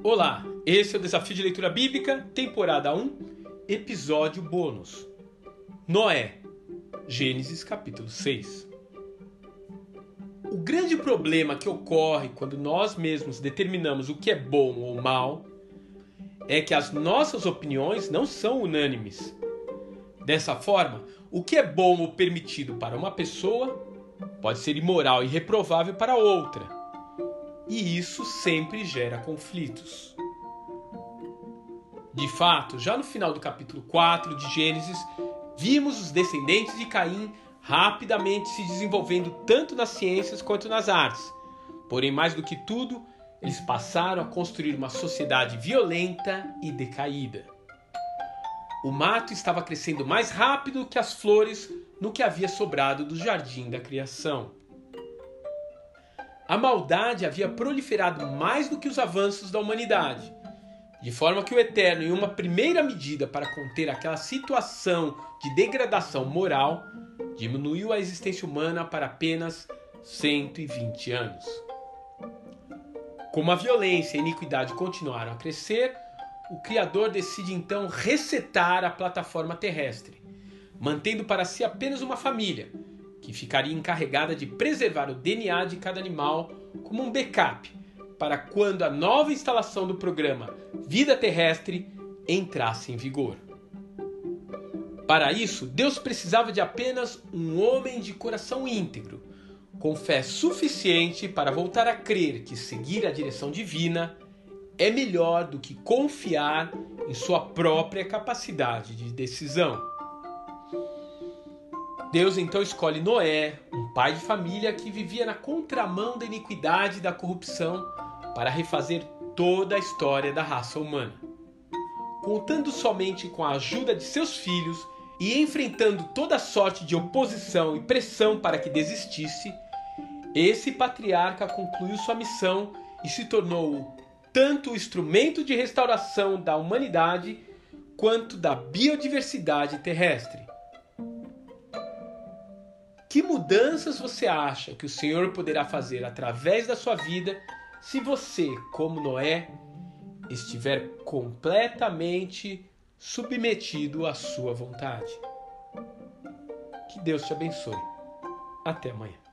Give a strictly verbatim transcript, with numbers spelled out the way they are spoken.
Olá, esse é o Desafio de Leitura Bíblica, temporada um, episódio bônus. Noé, Gênesis capítulo seis. O grande problema que ocorre quando nós mesmos determinamos o que é bom ou mal é que as nossas opiniões não são unânimes. Dessa forma, o que é bom ou permitido para uma pessoa pode ser imoral e reprovável para outra. E isso sempre gera conflitos. De fato, já no final do capítulo quatro de Gênesis, vimos os descendentes de Caim rapidamente se desenvolvendo tanto nas ciências quanto nas artes. Porém, mais do que tudo, eles passaram a construir uma sociedade violenta e decaída. O mato estava crescendo mais rápido que as flores no que havia sobrado do jardim da criação. A maldade havia proliferado mais do que os avanços da humanidade, de forma que o Eterno, em uma primeira medida para conter aquela situação de degradação moral, diminuiu a existência humana para apenas cento e vinte anos. Como a violência e a iniquidade continuaram a crescer, o Criador decide então resetar a plataforma terrestre, mantendo para si apenas uma família, que ficaria encarregada de preservar o D N A de cada animal como um backup, para quando a nova instalação do programa Vida Terrestre entrasse em vigor. Para isso, Deus precisava de apenas um homem de coração íntegro, com fé suficiente para voltar a crer que seguir a direção divina é melhor do que confiar em sua própria capacidade de decisão. Deus então escolhe Noé, um pai de família que vivia na contramão da iniquidade e da corrupção, para refazer toda a história da raça humana. Contando somente com a ajuda de seus filhos e enfrentando toda sorte de oposição e pressão para que desistisse, esse patriarca concluiu sua missão e se tornou tanto o instrumento de restauração da humanidade quanto da biodiversidade terrestre. Que mudanças você acha que o Senhor poderá fazer através da sua vida se você, como Noé, estiver completamente submetido à sua vontade? Que Deus te abençoe. Até amanhã.